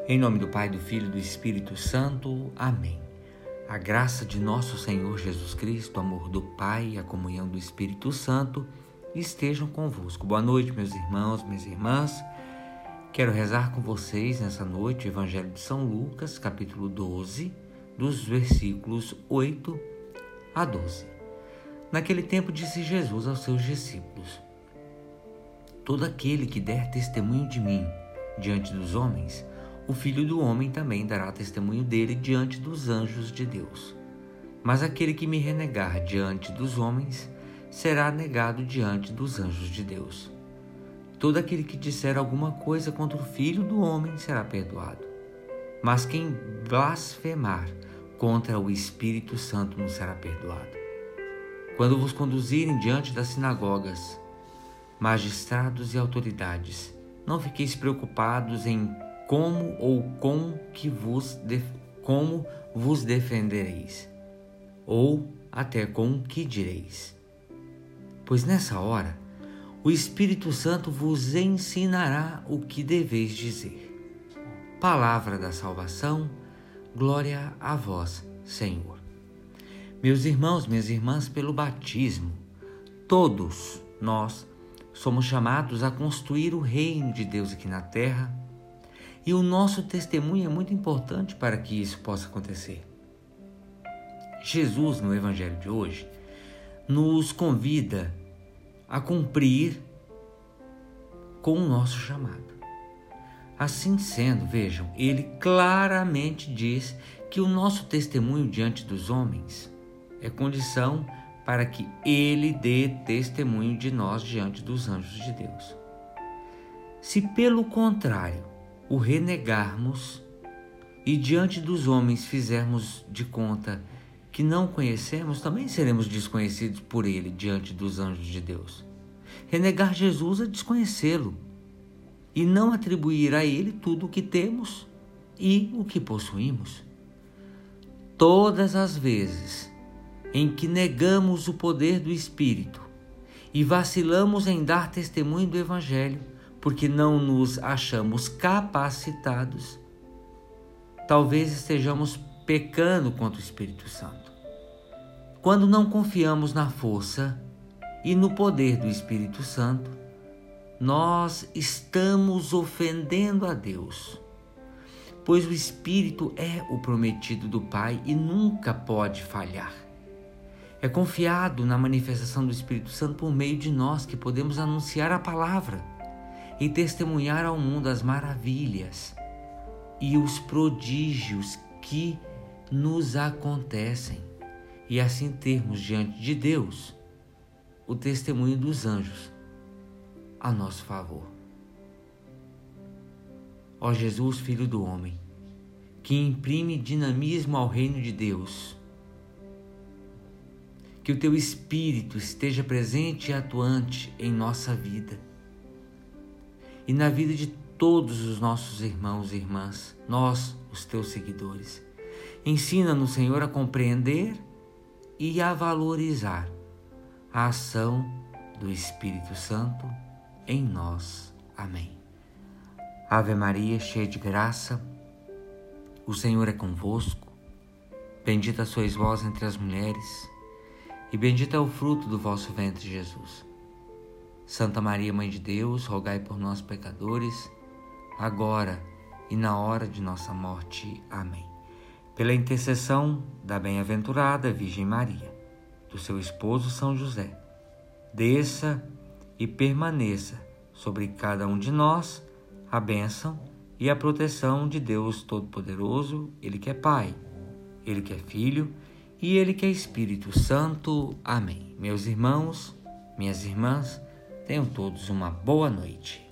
Em nome do Pai, do Filho e do Espírito Santo. Amém. A graça de nosso Senhor Jesus Cristo, o amor do Pai e a comunhão do Espírito Santo estejam convosco. Boa noite, meus irmãos, minhas irmãs. Quero rezar com vocês nessa noite o Evangelho de São Lucas, capítulo 12, dos versículos 8 a 12. Naquele tempo disse Jesus aos seus discípulos: todo aquele que der testemunho de mim diante dos homens, o Filho do Homem também dará testemunho dele diante dos anjos de Deus. Mas aquele que me renegar diante dos homens será negado diante dos anjos de Deus. Todo aquele que disser alguma coisa contra o Filho do Homem será perdoado. Mas quem blasfemar contra o Espírito Santo não será perdoado. Quando vos conduzirem diante das sinagogas, magistrados e autoridades, não fiqueis preocupados em como ou como vos defendereis, ou até com o que direis. Pois nessa hora, o Espírito Santo vos ensinará o que deveis dizer. Palavra da salvação, glória a vós, Senhor. Meus irmãos, minhas irmãs, pelo batismo, todos nós somos chamados a construir o reino de Deus aqui na terra, e o nosso testemunho é muito importante para que isso possa acontecer. Jesus, no Evangelho de hoje, nos convida a cumprir com o nosso chamado. Assim sendo, vejam, ele claramente diz que o nosso testemunho diante dos homens é condição para que ele dê testemunho de nós diante dos anjos de Deus. Se pelo contrário o renegarmos e diante dos homens fizermos de conta que não conhecemos, também seremos desconhecidos por ele diante dos anjos de Deus. Renegar Jesus é desconhecê-lo e não atribuir a ele tudo o que temos e o que possuímos. Todas as vezes em que negamos o poder do Espírito e vacilamos em dar testemunho do Evangelho, porque não nos achamos capacitados, talvez estejamos pecando contra o Espírito Santo. Quando não confiamos na força e no poder do Espírito Santo, nós estamos ofendendo a Deus, pois o Espírito é o prometido do Pai e nunca pode falhar. É confiado na manifestação do Espírito Santo por meio de nós que podemos anunciar a palavra e testemunhar ao mundo as maravilhas e os prodígios que nos acontecem, e assim termos diante de Deus o testemunho dos anjos a nosso favor. Ó Jesus, Filho do Homem, que imprime dinamismo ao reino de Deus, que o teu Espírito esteja presente e atuante em nossa vida e na vida de todos os nossos irmãos e irmãs, nós, os teus seguidores. Ensina-nos, Senhor, a compreender e a valorizar a ação do Espírito Santo em nós. Amém. Ave Maria, cheia de graça, o Senhor é convosco. Bendita sois vós entre as mulheres, e bendito é o fruto do vosso ventre, Jesus. Santa Maria, Mãe de Deus, rogai por nós, pecadores, agora e na hora de nossa morte. Amém. Pela intercessão da bem-aventurada Virgem Maria, do seu esposo São José, desça e permaneça sobre cada um de nós a bênção e a proteção de Deus Todo-Poderoso, Ele que é Pai, Ele que é Filho e Ele que é Espírito Santo. Amém. Meus irmãos, minhas irmãs, tenham todos uma boa noite.